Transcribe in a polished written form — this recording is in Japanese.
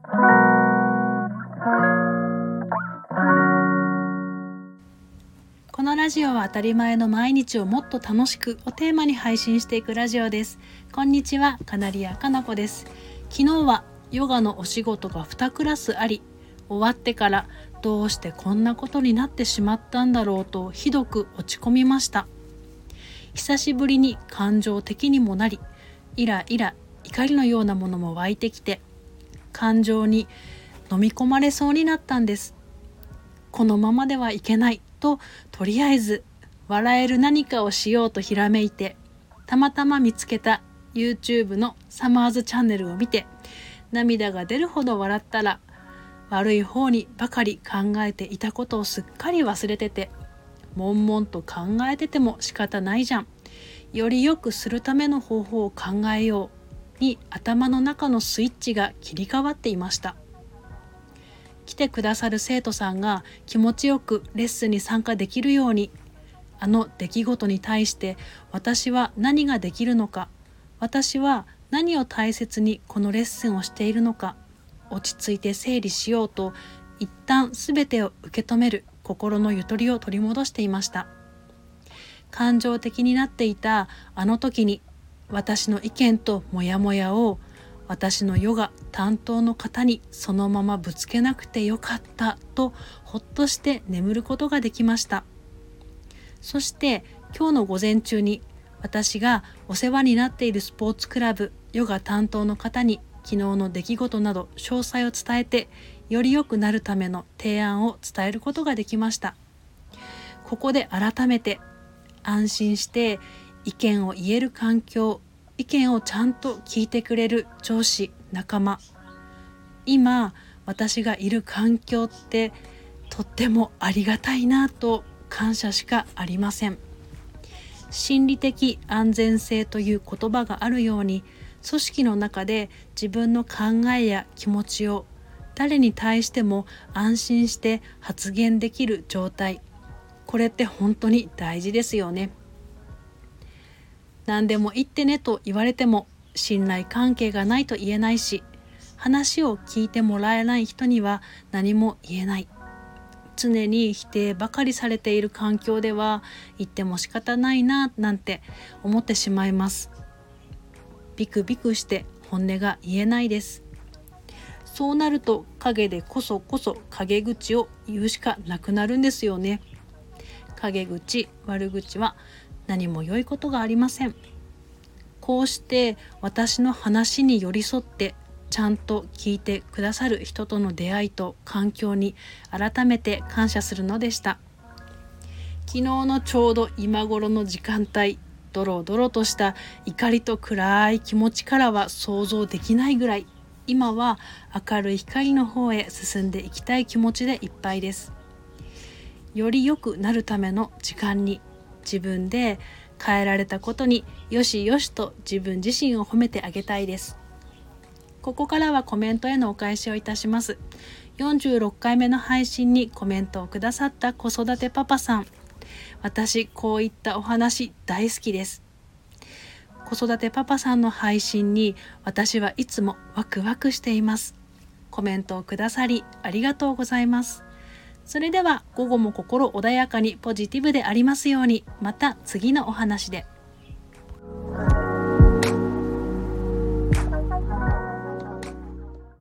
このラジオは当たり前の毎日をもっと楽しくをテーマに配信していくラジオです。こんにちは、カナリアかなこです。昨日はヨガのお仕事が2クラスあり、終わってからどうしてこんなことになってしまったんだろうとひどく落ち込みました。久しぶりに感情的にもなり、イライラ、怒りのようなものも湧いてきて、感情に飲み込まれそうになったんです。このままではいけないと、とりあえず笑える何かをしようとひらめいて、たまたま見つけた YouTube のサマーズチャンネルを見て、涙が出るほど笑ったら、悪い方にばかり考えていたことをすっかり忘れてて、悶々と考えてても仕方ないじゃん、より良くするための方法を考えように頭の中のスイッチが切り替わっていました。来てくださる生徒さんが気持ちよくレッスンに参加できるように、あの出来事に対して私は何ができるのか、私は何を大切にこのレッスンをしているのか、落ち着いて整理しようと、一旦すべてを受け止める心のゆとりを取り戻していました。感情的になっていたあの時に、私の意見とモヤモヤを私のヨガ担当の方にそのままぶつけなくてよかったと、ほっとして眠ることができました。そして今日の午前中に、私がお世話になっているスポーツクラブヨガ担当の方に昨日の出来事など詳細を伝えて、より良くなるための提案を伝えることができました。ここで改めて安心して意見を言える環境、意見をちゃんと聞いてくれる上司、仲間、今私がいる環境ってとってもありがたいなと感謝しかありません。心理的安全性という言葉があるように、組織の中で自分の考えや気持ちを誰に対しても安心して発言できる状態、これって本当に大事ですよね。何でも言ってねと言われても信頼関係がないと言えないし、話を聞いてもらえない人には何も言えない。常に否定ばかりされている環境では言っても仕方ないななんて思ってしまいます。ビクビクして本音が言えないです。そうなると陰でこそ陰口を言うしかなくなるんですよね。陰口、悪口は何も良いことがありません。こうして私の話に寄り添ってちゃんと聞いてくださる人との出会いと環境に改めて感謝するのでした。昨日のちょうど今頃の時間帯、ドロドロとした怒りと暗い気持ちからは想像できないぐらい、今は明るい光の方へ進んでいきたい気持ちでいっぱいです。より良くなるための時間に、自分で変えられたことによしよしと自分自身を褒めてあげたいです。ここからはコメントへのお返しをいたします。46回目の配信にコメントをくださった子育てパパさん、私こういったお話大好きです。子育てパパさんの配信に私はいつもワクワクしています。コメントをくださりありがとうございます。それでは午後も心穏やかにポジティブでありますように。また次のお話で。